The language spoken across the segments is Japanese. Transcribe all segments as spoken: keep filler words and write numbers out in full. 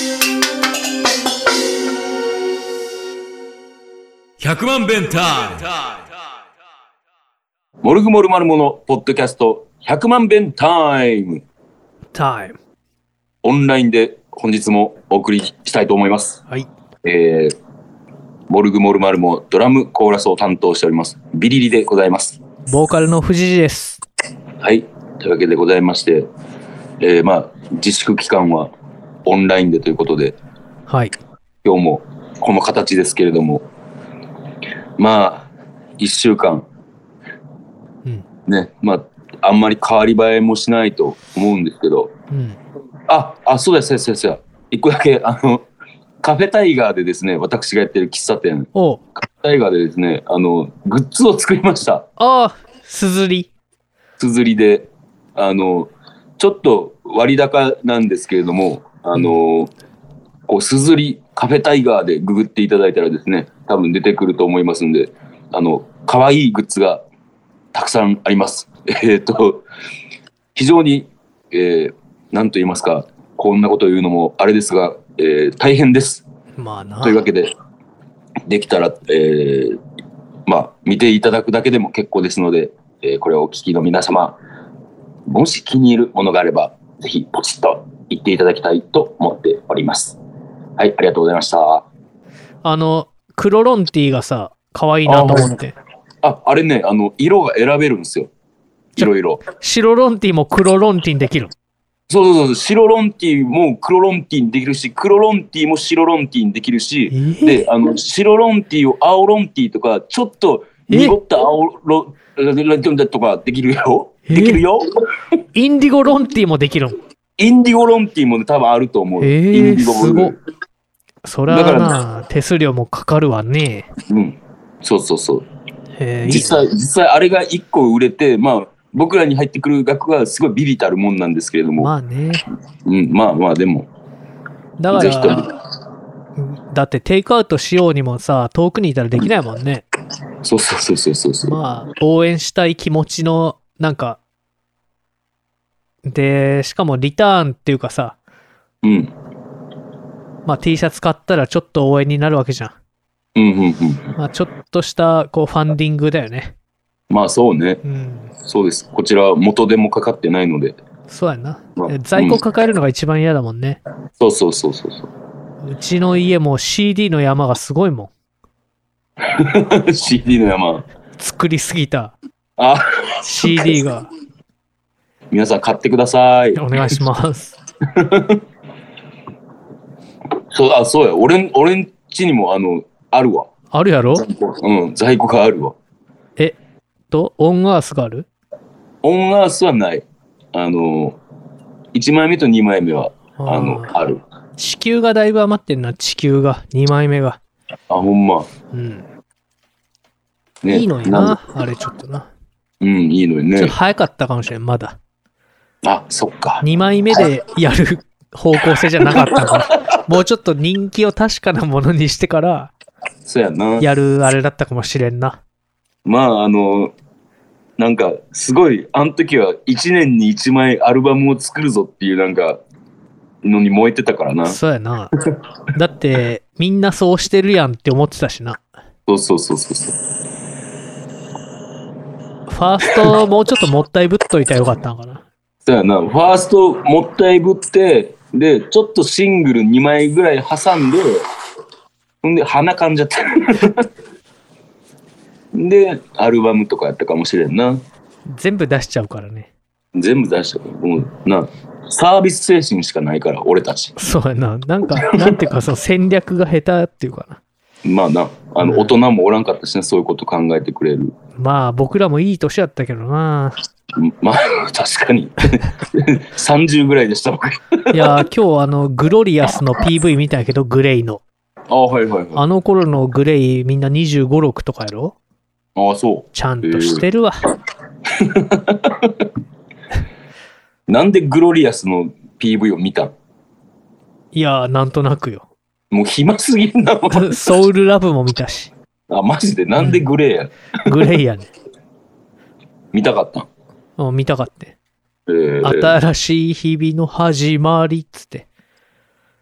ひゃくまん弁タイム。 モルグモルマルモのポッドキャストひゃくまん弁タイム。 タイム。 オンラインで本日もお送りしたいと思います。 はい。 えー、モルグモルマルモドラムコーラスを担当しておりますビリリでございます。 ボーカルの藤次です。 はい。というわけでございまして、えー、まあ自粛期間はオンラインでということで、 はい。 今日もこの形ですけれども、まあいっしゅうかん、うん、ね、まああんまり変わり映えもしないと思うんですけど、うん、ああそうですそうですそうです。一個だけあのカフェタイガーでですね、私がやってる喫茶店おカフェタイガーでですね、あのグッズを作りました。 ああ、すずりすずりで、あのちょっと割高なんですけれども、あの、うん、こうすずりカフェタイガーでググっていただいたらですね、多分出てくると思いますんで、あの可愛いグッズがたくさんあります。えっと非常に、えー、なんと言いますか、こんなことを言うのもあれですが、えー、大変です。 まあな。 というわけでできたら、えー、まあ見ていただくだけでも結構ですので、えー、これをお聞きの皆様、もし気に入るものがあればぜひポチッと言っていただきたいと思っております。はい、ありがとうございました。 あのクロロンティーがさ、可愛いなと思って。 あ、あ、あれね、あの色が選べるんですよ。いろいろ。 白ロンティーも黒ロンティーにできる。 そうそうそう、白ロンティーも黒ロンティーにできるし、黒ロンティーも白ロンティーにできるし、えー、で、あの白ロンティーを青ロンティーとか、ちょっと濁った青ロンティーとかできるよ。 えー、 できるよ。 インディゴロンティーもできるの。 インディゴロンティーも、ね、多分あると思う。 えー、 インディゴすごっ。それはな、手数料もかかるわね。 うん、そうそうそう。 へー、 実際、実際あれがいっこ売れて、まあ僕らに入ってくる額はすごいビビたるもんなんですけれども。 まあね。 うん、まあまあでも。 だから、だってテイクアウトしようにもさ、遠くにいたらできないもんね。 そうそうそうそうそう。 まあ、応援したい気持ちの、なんか、で、しかもリターンっていうかさ、 うん。 まあ T シャツ買ったらちょっと応援になるわけじゃん。 うんうんうん。 まあちょっとしたこうファンディングだよね。 まあそうね。 うん。 そうです。こちらは元でもかかってないので。 そうやな。まあ、在庫抱えるのが一番嫌だもんね。 うん、そうそうそうそうそう。 うちの家も シーディー の山がすごいもん。シーディー の山。 作りすぎた。 あ、 シーディー が。 皆さん買ってください。 お願いします。 そう、あ、そうや。俺、俺ん家にもあのあるわ。 あるやろ？ うん、在庫があるわ。 えっと、オンアースがある？ オンアースはない。あの、いちまいめとにまいめは、あの、ある。 地球がだいぶ余ってんな、地球が。にまいめが。 あ、ほんま。 うん。ね、いいのにな、あれちょっとな。 うん、いいのにね。 ちょっと早かったかもしれん、まだ。 あ、そっか。 にまいめでやる方向性じゃなかったから。もうちょっと人気を確かなものにしてから、 そうやな。 やるあれだったかもしれんな。 まあ、あの、なんか、すごい、あの時はいちねんにいちまいアルバムを作るぞっていうなんか、のに燃えてたからな。 そうやな。だって、みんなそうしてるやんって思ってたしな。 そうそうそうそうそう。 ファーストもうちょっともったいぶっといたらよかったのかな。 そうやな。ファーストもったいぶって、で、ちょっとシングルにまいぐらい挟んで、ほんで、鼻かんじゃった。で、アルバムとかやったかもしれんな。 全部出しちゃうからね。 全部出しちゃう。もうな、サービス精神しかないから、俺たち。 そうやな。なんか、なんていうか、その戦略が下手っていうかな。 まあな、あの、大人もおらんかったしね、そういうこと考えてくれる。 まあ、僕らもいい年やったけどな。 まあ、確かに。さんじゅうぐらいでした、僕。 いや、今日、あの、グロリアスの ピーブイ 見たんやけど、グレイの。 あ、はいはいはい。 あの頃のグレイ、みんなにじゅうご、ろくとかやろ？ ああ、そう。 ちゃんとしてるわ。 なんでグロリアスの ピーブイ を見たん？ いや、なんとなくよ。 もう暇すぎんな。 ソウルラブも見たし。 あ、マジでなんでグレーや、 うん、グレイやね。 見たかったん？ うん、見たかった。 えー、 新しい日々の始まりっつって。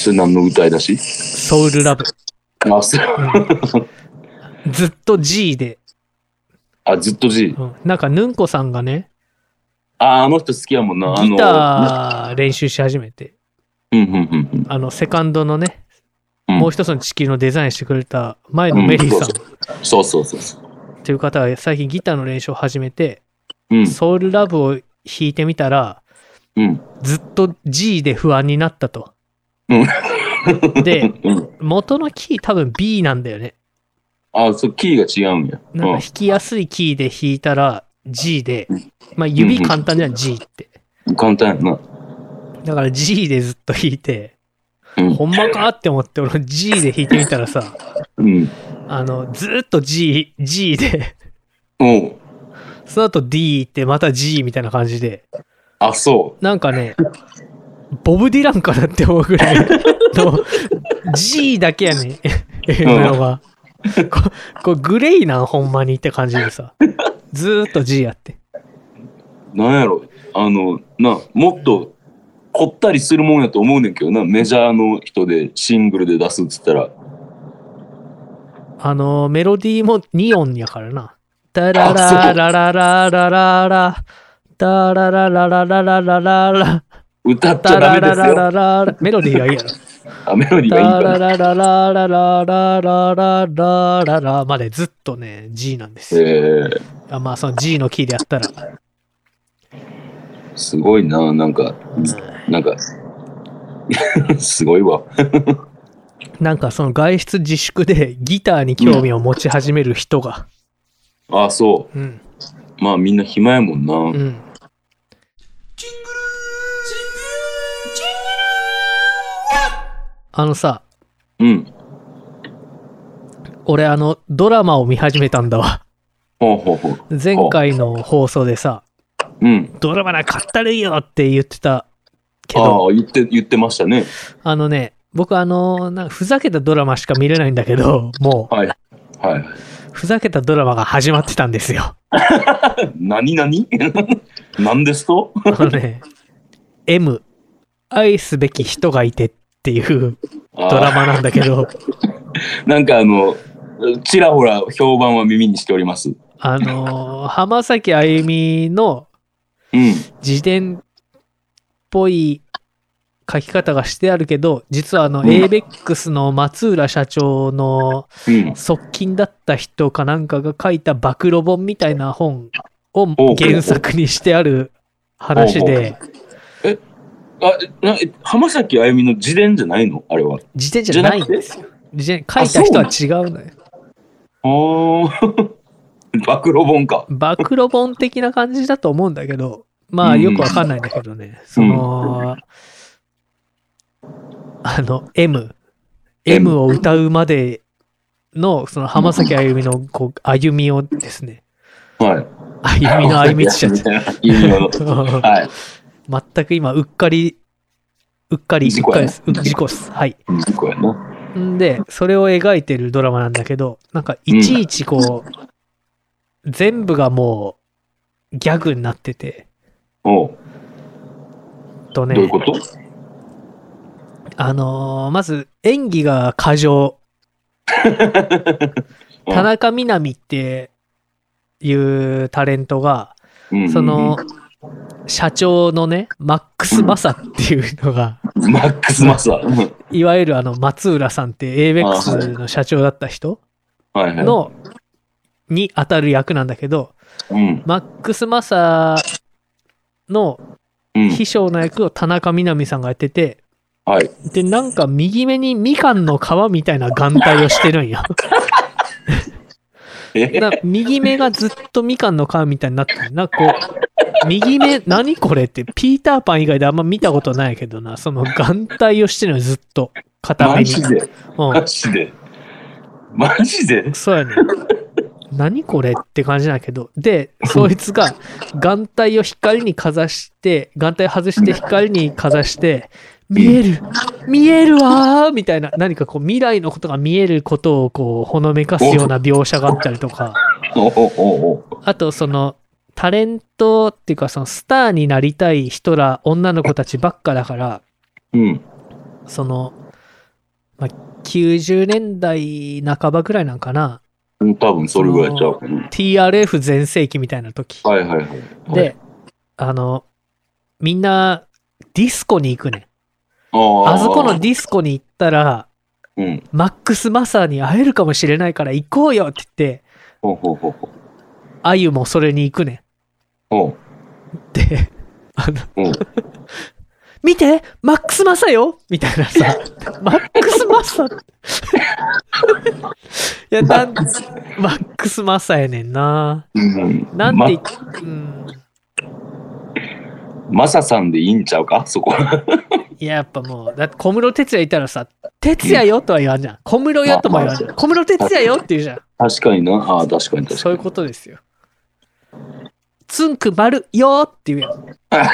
それ何の歌いだし？ ソウルラブ。 あ、そう。 うん、ずっと G で。 あ、ずっと G。 うん、なんか、ヌンコさんがね、 あ、あの人好きやもんな。 ギター練習し始めて、 うんうんうんうん、 あの、セカンドのね、 うん、 もう一つの地球のデザインしてくれた前のメリーさん、 うん、そうそうそうそう。 っていう方が最近ギターの練習を始めて、 うん、 ソウルラブを弾いてみたら、 うん、 ずっと G で不安になったと。 うん、 で、 うん、 元のキー多分 B なんだよね。 あ、そう、キーが違うんや。 なんか弾きやすいキーで弾いたら G で、まあ指簡単じゃん、G って。 簡単やな。 だから G でずっと弾いて、 うん、 ほんまかって思って俺 G で弾いてみたらさ、 うん、 あの、ずーっと G、G で、 おう、 その後 D ってまた G みたいな感じで、 あ、そう。 なんかね、ボブ・ディランかなって思うぐらいの G だけやねん、M のが。ここれグレイなんほんまにって感じでさ、ずーっと G やって。 なんやろ、あの、な、もっと凝ったりするもんやと思うねんけどな、メジャーの人でシングルで出すっつったら。 あの、メロディーもに音やからな。タララララララララ、タラララララララララ、 歌っちゃダメですよ。 タラララララ、メロディーがいいやろ。 あ、メロディーがいいタラから。 ラララララララララララまでずっとね、G なんですよ。 えー、 あ、まあ、その G のキーでやったら。 すごいな、なんか、なんか、すごいわ。 なんかその外出自粛でギターに興味を持ち始める人が。 あ、そうん。 う。まあみんな暇やもんな。 うん。あのさ、 うん。 俺あの、ドラマを見始めたんだわ。 ほうほうほう。 前回の放送でさ、 うん。 ドラマなかったるいよって言ってたけあど、 あ、言って、言ってましたね。 あのね、僕あの、なんかふざけたドラマしか見れないんだけど、もう、 はい。はい。 ふざけたドラマが始まってたんですよ。 何何何ですとあのね、M、愛すべき人がいてっていうドラマなんだけど、 なんかあの、ちらほら評判は耳にしております。 あのー、浜崎あゆみのうん。 自伝っぽい書き方がしてあるけど、実はあの、 うんエーベックス の松浦社長のうん。 側近だった人かなんかが書いた暴露本みたいな本を原作にしてある話で、 あ、なえ浜崎あゆみの自伝じゃないのあれは。 自伝じゃないんですよ。自伝書いた人は違うのよ。 ああ。暴露本か。 暴露本的な感じだと思うんだけど、まあよくわかんないんだけどね、その、あの M、M を歌うまでのその浜崎あゆみのこう歩みをですね、 はい。 歩みの歩みっちゃって、 歩みのはい。 全く今うっかり、うっかり、うっ事故やなかりです。う事故です。はい。 事故やな。 んで、それを描いてるドラマなんだけど、なんかいちいちこう、全部がもうギャグになってて、 おうとね、 どういうこと？ あのーまず演技が過剰。田中みな実っていうタレントが、 うんその、社長のね、マックス・マサっていうのが、 マックスマサ。うんいわゆるあの、松浦さんって エーベックス の社長だった人はいはい。 の、に当たる役なんだけど、 うん。 マックス・マサのうん。 秘書の役を田中みな実さんがやってて、 はい。 で、なんか右目にみかんの皮みたいな眼帯をしてるんよ。 えだ右目がずっとみかんの皮みたいになってる。なんかこう、右目、何これって、ピーターパン以外であんま見たことないけどな、その眼帯をしてるのよ、ずっと。片目に。 マジでうんマ。ジでマジでそうやね。何これって感じなんだけど。で、そいつが眼帯を光にかざして、眼帯外して光にかざして、見える見えるわーみたいな、何かこう未来のことが見えることをこうほのめかすような描写があったりとか、 おおおおあとそのタレントっていうかそのスターになりたい人ら女の子たちばっかだから、 うん。 そのまあ、きゅうじゅうねんだいなかばぐらいなんかな。 うん、多分それぐらいちゃうかな。 ティーアールエフ 全盛期みたいな時。 はいはいはい。 で、あの、みんなディスコに行くねん。 ああそこのディスコに行ったら、 うん、 マックス・マサーに会えるかもしれないから行こうよって言って、 ほうほうほうほう。 あゆもそれに行くねん。 ほう。 で、あの、 ほう見てマックス・マサよみたいなさ、マックス・マサいや、なんマックス・マサやねんな。 うん、 なんて言っ、 ま、 うん、 マサさんでいいんちゃうかそこ。 いや、やっぱもう、だって小室哲哉いたらさ、哲也よとは言わんじゃん。小室よとも言わんじゃん。小室哲哉よって言うじゃん。 確かにな。ああ、確かに確かに。 そういうことですよ。つんくまるよって言うやん。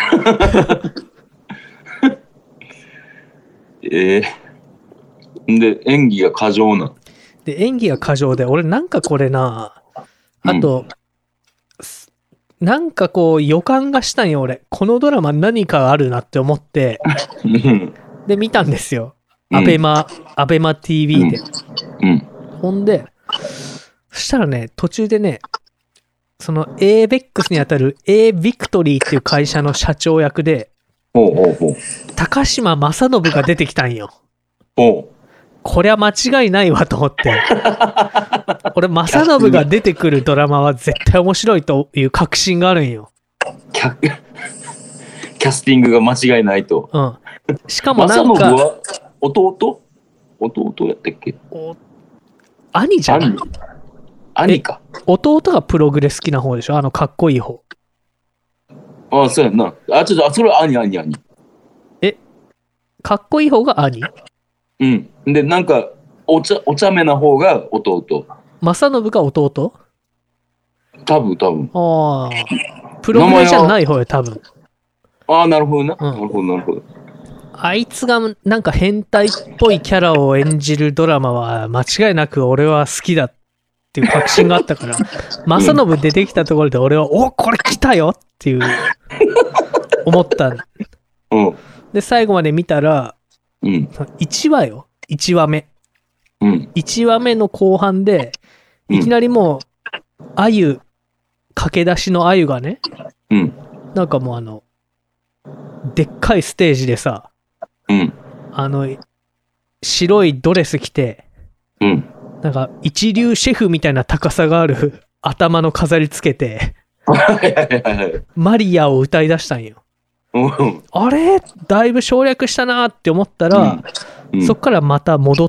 ええー。で、演技が過剰な。 で、演技が過剰で、俺なんかこれな、あと、うん、なんかこう予感がしたんよ、俺。このドラマ何かあるなって思って、で、見たんですよ。アベマ、アベマ ティーブイ で。 うんうん、 ほんで、そしたらね、途中でね、その エーベックス にあたる A ビクトリーっていう会社の社長役で、 ほうほうほう高島正信が出てきたんよ。 ほうこりゃ間違いないわと思って。俺、正信が出てくるドラマは絶対面白いという確信があるんよ。 キャ, キャスティングが間違いないと。 うん。しかもなんか。 正信は弟弟やったっけ兄じゃん。 兄兄か。 弟がプログレ好きな方でしょあのかっこいい方。 ああ、そうやな。あ、ちょっと、あ、それは兄兄兄。 えかっこいい方が兄？ うん。で、なんか、お茶、お茶目な方が弟。 正信が弟？ 多分、多分。 ああ。プログレじゃない方よ、多分。 ああ、なるほどな。 うん、 なるほど、なるほど。 あいつがなんか変態っぽいキャラを演じるドラマは間違いなく俺は好きだっていう確信があったから、正信出てきたところで俺は、お、これ来たよっていう、思った。 うん。 で、最後まで見たら、 うん、 いちわよ。いちわめ。 うん、 いちわめの後半で、いきなりもう、あゆ、駆け出しのあゆがね、 うん、 なんかもうあの、でっかいステージでさ、 うん、 あの、白いドレス着て、 うん、 なんか一流シェフみたいな高さがある頭の飾りつけて、マリアを歌い出したんよ。 うん、 あれだいぶ省略したなって思ったら、うんうん、そっからまた戻って、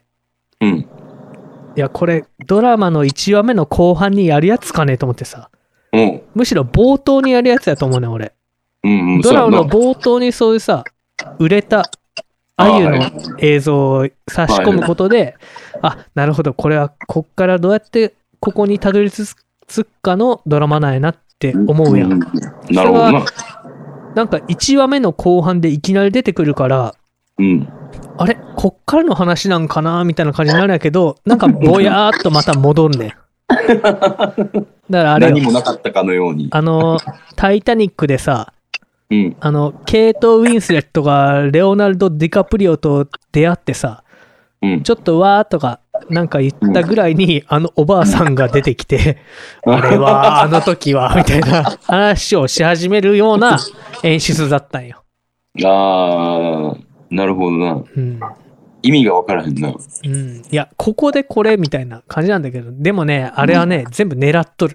うん、 いやこれドラマのいちわめの後半にやるやつかねと思ってさ、 うん、 むしろ冒頭にやるやつやと思うね俺、 うんうん、 ドラマの冒頭にそういうさ売れたあゆの映像を差し込むことで、はい、あ、なるほどこれはこっからどうやってここにたどり着くかのドラマなんやなって思うやん、うん、 なるほどな。 なんかいちわめの後半でいきなり出てくるから、 うん、 あれこっからの話なんかなみたいな感じになるんやけど、なんかぼやーっとまた戻んねん。だからあれ何もなかったかのように。 あの、タイタニックでさ、 うん、 あの、ケイト・ウィンスレットがレオナルド・ディカプリオと出会ってさ、うん、ちょっとわーとかなんか言ったぐらいに、うん、あのおばあさんが出てきて、あれはあの時はみたいな話をし始めるような演出だったんよ。 ああ、なるほどな。うん、意味が分からへんな。 うん。いや、ここでこれみたいな感じなんだけど、でもね、あれはね、うん、全部狙っとる。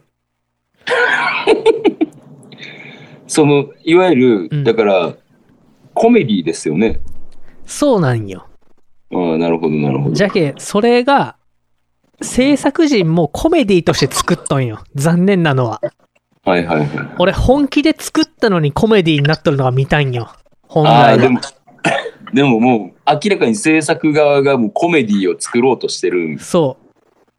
その、いわゆる、うん、だから、コメディですよね。 そうなんよ。 ああ、なるほど、なるほど。 じゃけ、それが、制作陣もコメディとして作っとんよ。残念なのは。 はいはいはい。 俺、本気で作ったのにコメディになっとるのが見たいんよ。本来は。 でも、でももう、明らかに制作側がもうコメディを作ろうとしてる。 そう。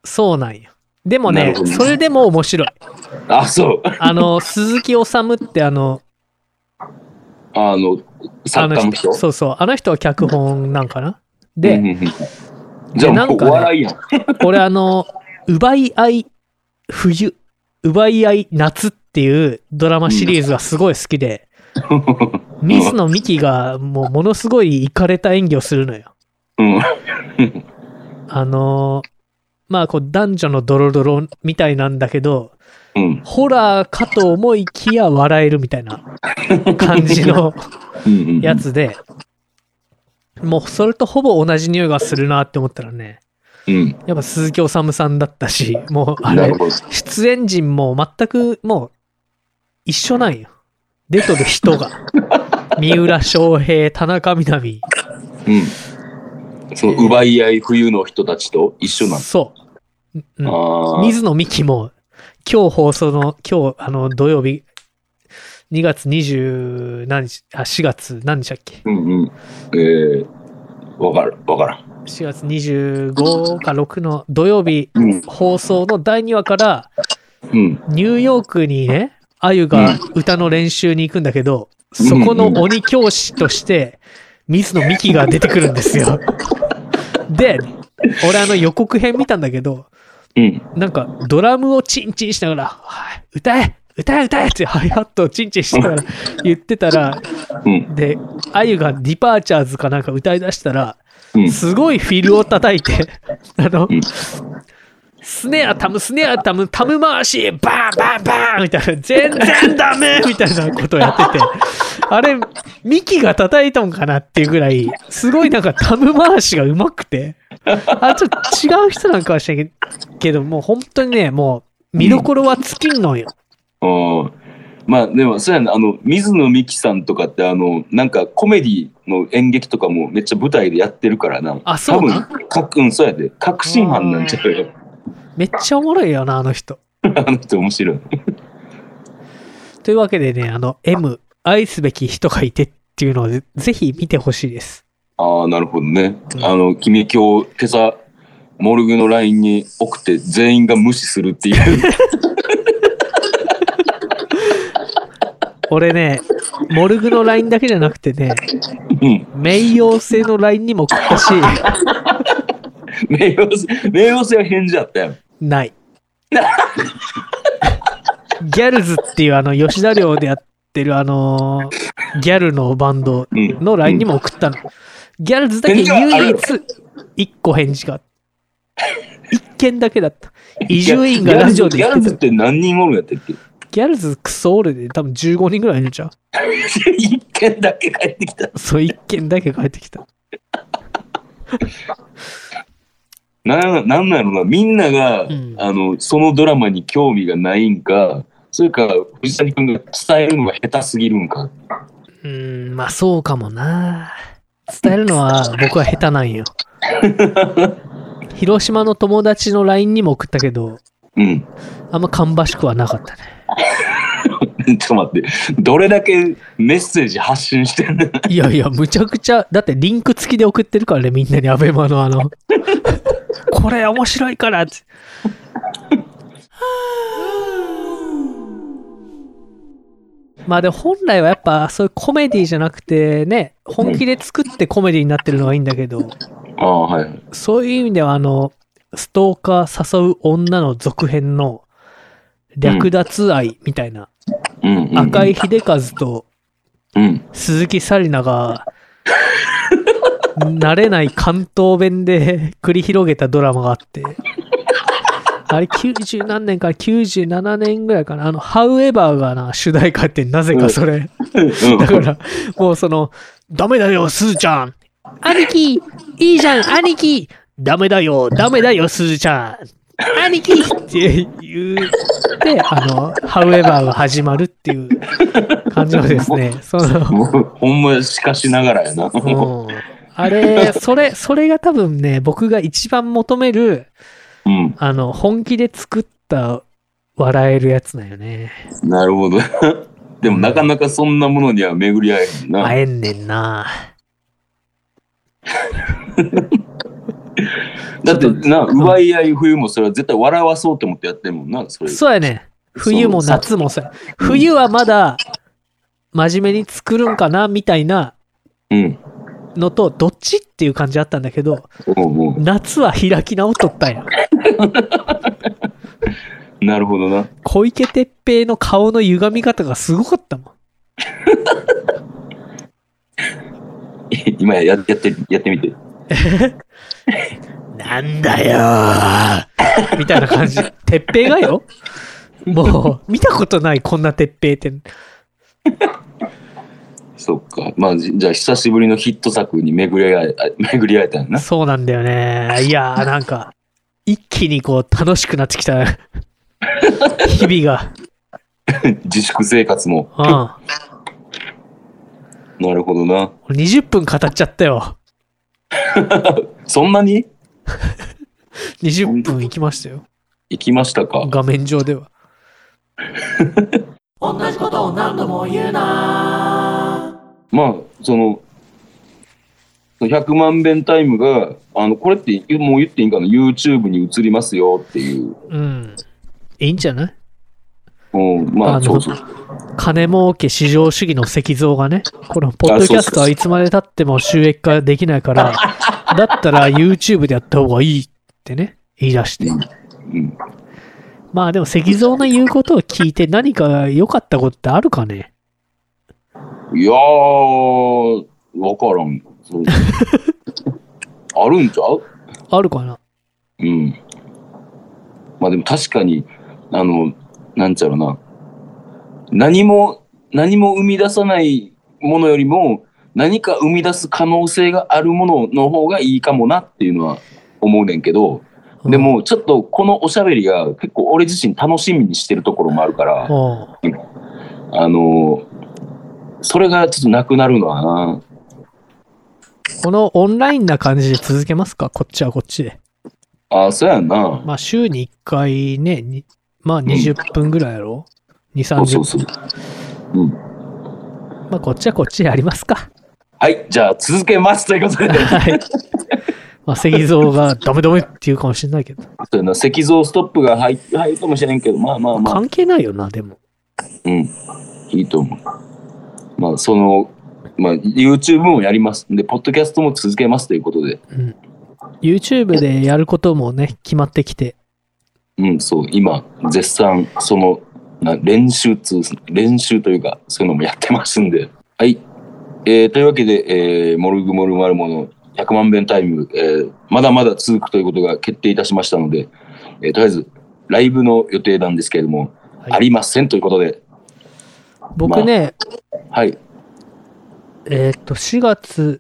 そうなんよ。でもね、それでも面白い。 あ、そう。 あの、鈴木おさむってあの、 あの、作家の人。 そうそう。あの人は脚本なんかなで、 じゃあなんか、ね、お笑いやん。 俺あの、奪い合い冬、奪い合い夏っていうドラマシリーズがすごい好きで、うん、水野美紀がもうものすごいイカれた演技をするのよ。 うん。 あのーまあこう男女のドロドロみたいなんだけど、 うん。 ホラーかと思いきや笑えるみたいな感じのうんうん。 やつで、もうそれとほぼ同じ匂いがするなって思ったらね、 うん。 やっぱ鈴木おさむさんだったし、もうあれなるほど。 出演陣も全くもう一緒なんよ。出とる人が三浦翔平、田中みな実、 うん。その奪い合い冬の人たちと一緒なんです。 そう、うん、 ああ。 水野美紀も今日放送の今日あの土曜日にがつにじゅう何日あしがつ何日だっけ、 うんうん。えー、わかるわからん。 しがつにじゅうごかろくの土曜日うん。 放送のだいにわからうん。 ニューヨークにね、あゆが歌の練習に行くんだけど、そこの鬼教師として水野美紀が出てくるんですよ。で、俺あの予告編見たんだけど、 うん。 なんかドラムをチンチンしながら、はい、歌え歌え歌えってハイハットをチンチンしながら言ってたら、 うん。 で、あゆがディパーチャーズかなんか歌い出したら、 うん。 すごいフィルを叩いて、あの、 うんスネアタム、スネアタム、タム回し、バーンバーンバーンみたいな、全然ダメみたいなことをやってて、あれ、ミキが叩いたんかなっていうぐらい、すごいなんかタム回しがうまくて、あ、ちょっと違う人なんかはしれんけど、もう本当にね、もう見どころは尽きんのよ。 ああ。まあでもそうやな、あの水野美紀さんとかってあのなんかコメディの演劇とかもめっちゃ舞台でやってるからな。 あ、そうな多分かうんそうやで確信犯なんちゃうよ。 めっちゃおもろいよな、あの人。 あの人面白い。 というわけでね、あの、M、愛すべき人がいてっていうのをぜぜひ見てほしいです。 ああなるほどね。 うんあの君今日今朝モルグの ライン に送って全員が無視するっていう。 俺ね、モルグの ライン だけじゃなくてね、 うん。 冥王星の ライン にも送ったし、 冥王星冥王星は返事あったよ。 ない。ギャルズっていうあの吉田寮でやってるあのーギャルのバンドの ライン にも送ったの。ギャルズだけ唯一一個返事があった。一件だけだった。伊集院がラジオでギャルズっ言ってた。 て何人おるんやったっけ？ ギャルズクソオレで多分じゅうごにんぐらいいるんちゃう？ 一件だけ帰ってきた。 そう、一件だけ帰ってきた。 な、なんなのな、みんなが、 うんあの、そのドラマに興味がないんか、それか、藤谷君が伝えるのが下手すぎるんか。 うーん、まあそうかもな。伝えるのは僕は下手なんよ。広島の友達の ライン にも送ったけど、 うん。 あんま芳しくはなかったね。 ちょっと待って、どれだけメッセージ発信してんの？ いやいや、むちゃくちゃ、だってリンク付きで送ってるからね、みんなにアベマのあの、これ面白いからって。まあでも本来はやっぱそういうコメディじゃなくてね、本気で作ってコメディになってるのがいいんだけど、 ああ、はいはい。 そういう意味ではあの、ストーカー誘う女の続編の略奪愛みたいな、 うんうんうん、 赤井秀和とうん。 鈴木紗理奈が慣れない関東弁で繰り広げたドラマがあって、あれきゅうじゅう何年かきゅうじゅうななねんぐらいかな、あの However がな主題歌ってなぜかそれ、 うんだからもうそのダメだよすずちゃん、兄貴いいじゃん兄貴、ダメだよダメだよすずちゃん兄貴って言ってあの However が始まるっていう感じのですね、そのもうほんましかしながらやな。 うんあれ、それ、それが多分ね、僕が一番求める、 うん。 あの、本気で作った笑えるやつだよね。 なるほど。でもなかなかそんなものには巡り合えへんな。 会えんねんな。 だってな、奪い合い冬もそれは絶対笑わそうと思ってやってるもんな、それ。 そうやね。冬も夏もさ。冬はまだ真面目に作るんかなみたいなうん。 のと、どっちっていう感じあったんだけど、 おうおう夏は開き直っとったんや。 なるほどな。 小池徹平の顔の歪み方がすごかったもん。 今ややってやってみて。 なんだよーみたいな感じ。鉄平がよ。もう見たことないこんな鉄平って。 そっか。まあじゃあ久しぶりのヒット作に巡り会え巡り会えたんやな。 そうなんだよね。いやーなんか一気にこう楽しくなってきた日々が。 自粛生活も。 うん。 なるほどな。 にじゅっぷん語っちゃったよ。 そんなににじゅっぷん行きましたよ。 行きましたか。 画面上では。 同じことを何度も言うな。 まあそのひゃくまんべんタイムがあのこれってもう言っていいんかな、 YouTube に移りますよっていう。 うん。いいんじゃない？ うん、まあそうそう。 金儲け至上主義の石像がね、このポッドキャストはいつまで経っても収益化できないから、だったら YouTube でやった方がいいってね、言い出して。 うんうん、 まあでも石像の言うことを聞いて何か良かったことってあるかね？ いやー、わからん。そうあるんちゃう？ あるかな？ うん。まあでも確かに、あの、なんちゃろな。何も、何も生み出さないものよりも、何か生み出す可能性があるものの方がいいかもなっていうのは思うねんけど、うん、でもちょっとこのおしゃべりが結構俺自身楽しみにしてるところもあるから、うん、あの、それがちょっとなくなるのはな。 このオンラインな感じで続けますか？こっちはこっちで。 ああ、そうやんな。 まあ週にいっかいね、にまあにじゅっぷんぐらいやろ、うん、に、さんじゅっぷん。そうそうそう。うん。まあこっちはこっちでやりますか。 はい、じゃあ続けますということで。はい。 まあ石像がダメダメって言うかもしれないけど。 そうやな、石像ストップが入るかもしれんけど、まあまあまあ。 関係ないよな、でも。 うん、いいと思う。まあその、まあ YouTube もやります。で、ポッドキャストも続けますということで。 うん。YouTube でやることもね、決まってきて。 うん、そう、今、絶賛、その、な練習つ、練習というか、そういうのもやってますんで。はい。えー、というわけで、えー、モルグモルマルモのひゃくまんべんタイム、えー、まだまだ続くということが決定いたしましたので、えー、とりあえず、ライブの予定なんですけれども、はい、ありませんということで。 僕ね、 まあ、はい。 えっと、しがつ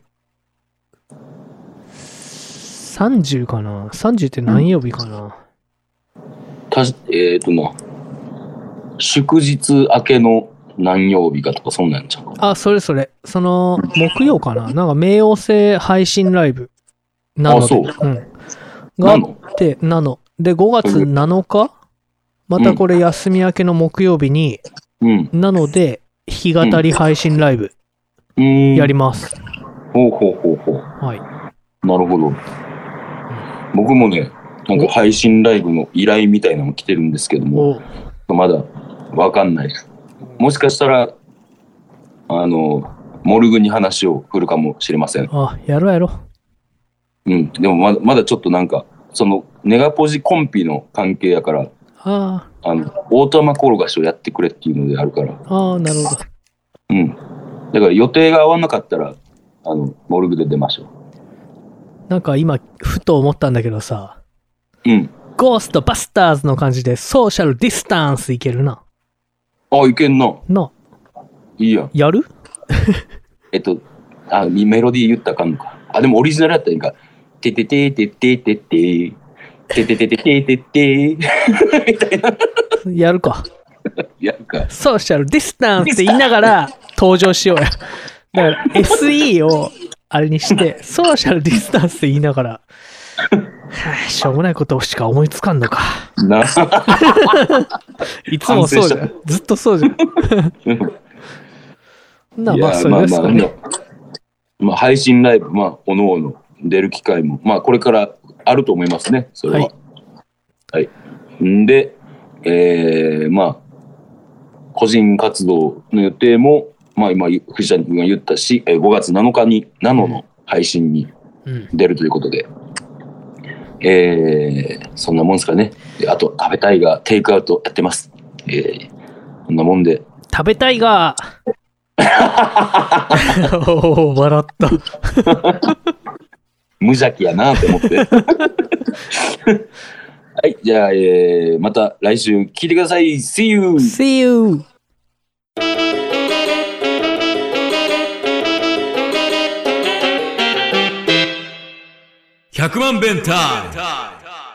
さんじゅうかな ?さんじゅう って何曜日かな、うん、 たえっ、ー、とな、祝日明けの何曜日かとかそんなんちゃうか。 あ、それそれ。その、木曜かななんか冥王星配信ライブなので。 あ、そう。 うん。があって、なの。で、ごがつなのかまたこれ休み明けの木曜日に、うん、なので、弾き語り配信ライブ、うん、やります。 ほうほうほうほう。 はい。 なるほど。僕もね、なんか配信ライブの依頼みたいなのも来てるんですけども、まだわかんないです。もしかしたら、あの、モルグに話を振るかもしれません。 あ、やろうやろう。うん、でもまだまだちょっとなんか、そのネガポジコンピの関係やから、 ああの、オートマ転がしをやってくれっていうのであるから。 ああ、なるほど。 うん。だから予定が合わなかったら、あの、モルグで出ましょう。 なんか今、ふと思ったんだけどさ。 うん。 ゴーストバスターズの感じでソーシャルディスタンスいけるな。 あ、いけんな。 な。 いいやん。 やるえっと、あ、メロディー言ったらあかんのか。あ、でもオリジナルやったらいいか。てててててててててててててててみたいな。 やるか。 やるか。 ソーシャルディスタンスって言いながら登場しようや。だから エスイー をあれにして、ソーシャルディスタンスって言いながら、はあ、しょうもないことしか思いつかんのか。ないつもそうじゃん。ずっとそうじゃん。なあ、まあ、それですかね。 まあ、まあ、配信ライブ、まあ、おのおの出る機会も、まあ、これからあると思いますね、それは。はい。はい、んで、えー、まあ、個人活動の予定も、まあ、今、藤谷君が言ったし、ごがつなのかに、ナノの配信に出るということで、うん、えー、そんなもんですかね。あと、食べたいがテイクアウトやってます。えー、こんなもんで。 食べたいがお笑った無邪気やなと思って。はい、じゃあ、えー、また来週聞いてください。See you! See you! ひゃくまん弁タイム